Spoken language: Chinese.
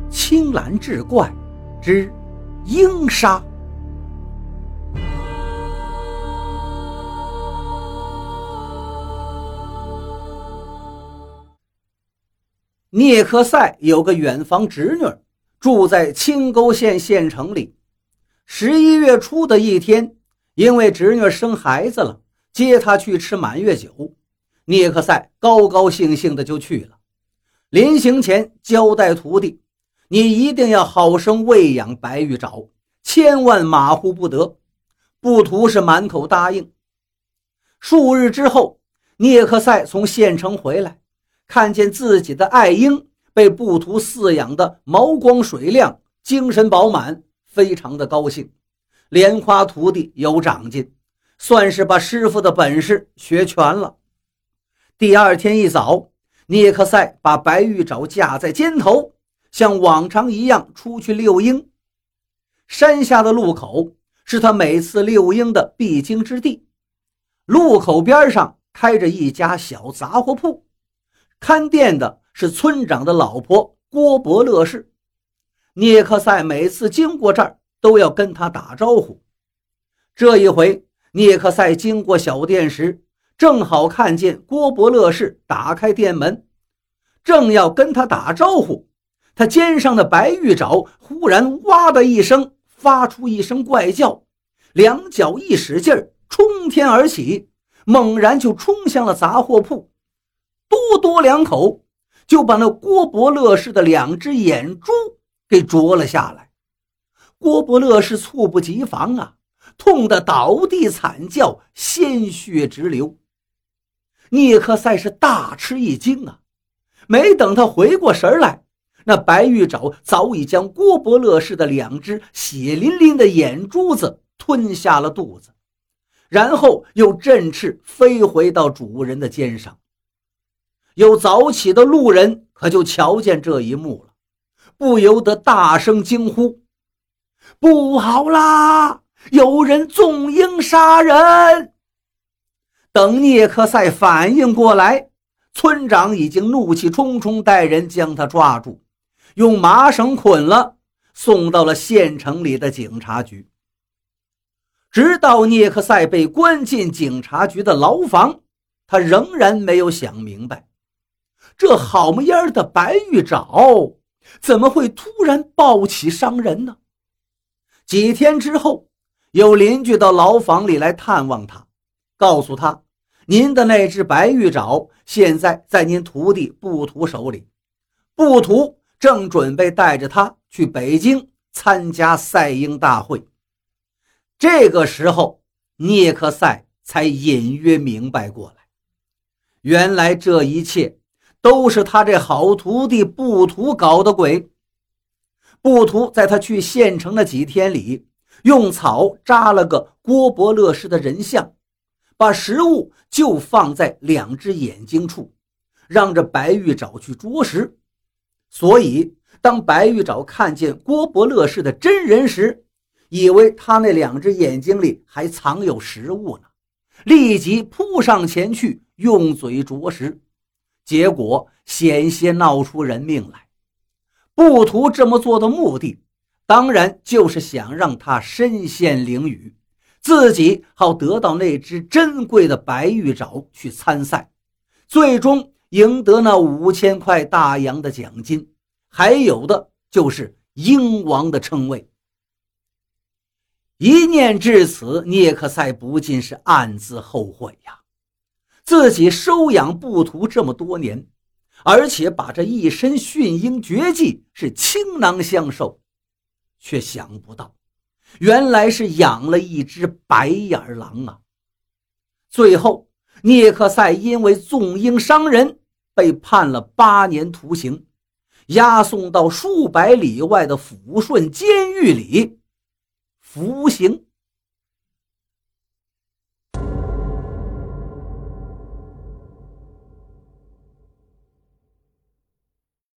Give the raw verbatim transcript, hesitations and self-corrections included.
青蓝志怪之鹰杀。聂克塞有个远房侄女，住在青沟县县城里。十一月初的一天，因为侄女生孩子了，接她去吃满月酒，聂克塞高高兴兴的就去了。临行前交代徒弟，你一定要好生喂养白玉爪，千万马虎不得。不图是满口答应。数日之后，聂克塞从县城回来，看见自己的爱鹰被不图饲养的毛光水亮，精神饱满，非常的高兴，连夸徒弟有长进，算是把师傅的本事学全了。第二天一早，聂克塞把白玉爪架在肩头，像往常一样出去遛鹰。山下的路口是他每次遛鹰的必经之地，路口边上开着一家小杂货铺，看店的是村长的老婆郭伯乐氏。聂克塞每次经过这儿都要跟他打招呼。这一回聂克塞经过小店时，正好看见郭伯乐氏打开店门，正要跟他打招呼，他肩上的白玉爪忽然哇的一声发出一声怪叫，两脚一使劲儿冲天而起，猛然就冲向了杂货铺，多多两口就把那郭伯乐氏的两只眼珠给啄了下来。郭伯乐氏猝不及防啊，痛得倒地惨叫，鲜血直流。聂克塞是大吃一惊啊，没等他回过神来，那白玉爪早已将郭伯乐氏的两只血淋淋的眼珠子吞下了肚子，然后又振翅飞回到主人的肩上。有早起的路人可就瞧见这一幕了，不由得大声惊呼：不好啦，有人纵鹰杀人！等聂克塞反应过来，村长已经怒气冲冲带人将他抓住，用麻绳捆了，送到了县城里的警察局。直到聂克塞被关进警察局的牢房，他仍然没有想明白，这好么样的白玉爪怎么会突然暴起伤人呢？几天之后，有邻居到牢房里来探望他，告诉他，您的那只白玉爪现在在您徒弟不图手里，不图正准备带着他去北京参加赛鹰大会。这个时候，聂克塞才隐约明白过来，原来这一切都是他这好徒弟不图搞的鬼。不图在他去县城的几天里，用草扎了个郭伯乐氏的人像，把食物就放在两只眼睛处，让这白玉爪去啄食。所以当白玉爪看见郭伯乐氏的真人时，以为他那两只眼睛里还藏有食物呢，立即扑上前去用嘴啄食，结果险些闹出人命来。不图这么做的目的，当然就是想让他身陷囹圄，自己好得到那只珍贵的白玉爪去参赛，最终赢得那五千块大洋的奖金，还有的就是鹰王的称谓。一念至此，聂克塞不禁是暗自后悔呀，自己收养不图这么多年，而且把这一身驯鹰绝技是倾囊相授，却想不到原来是养了一只白眼狼啊！最后聂克塞因为纵鹰伤人被判了八年徒刑，押送到数百里外的抚顺监狱里服刑。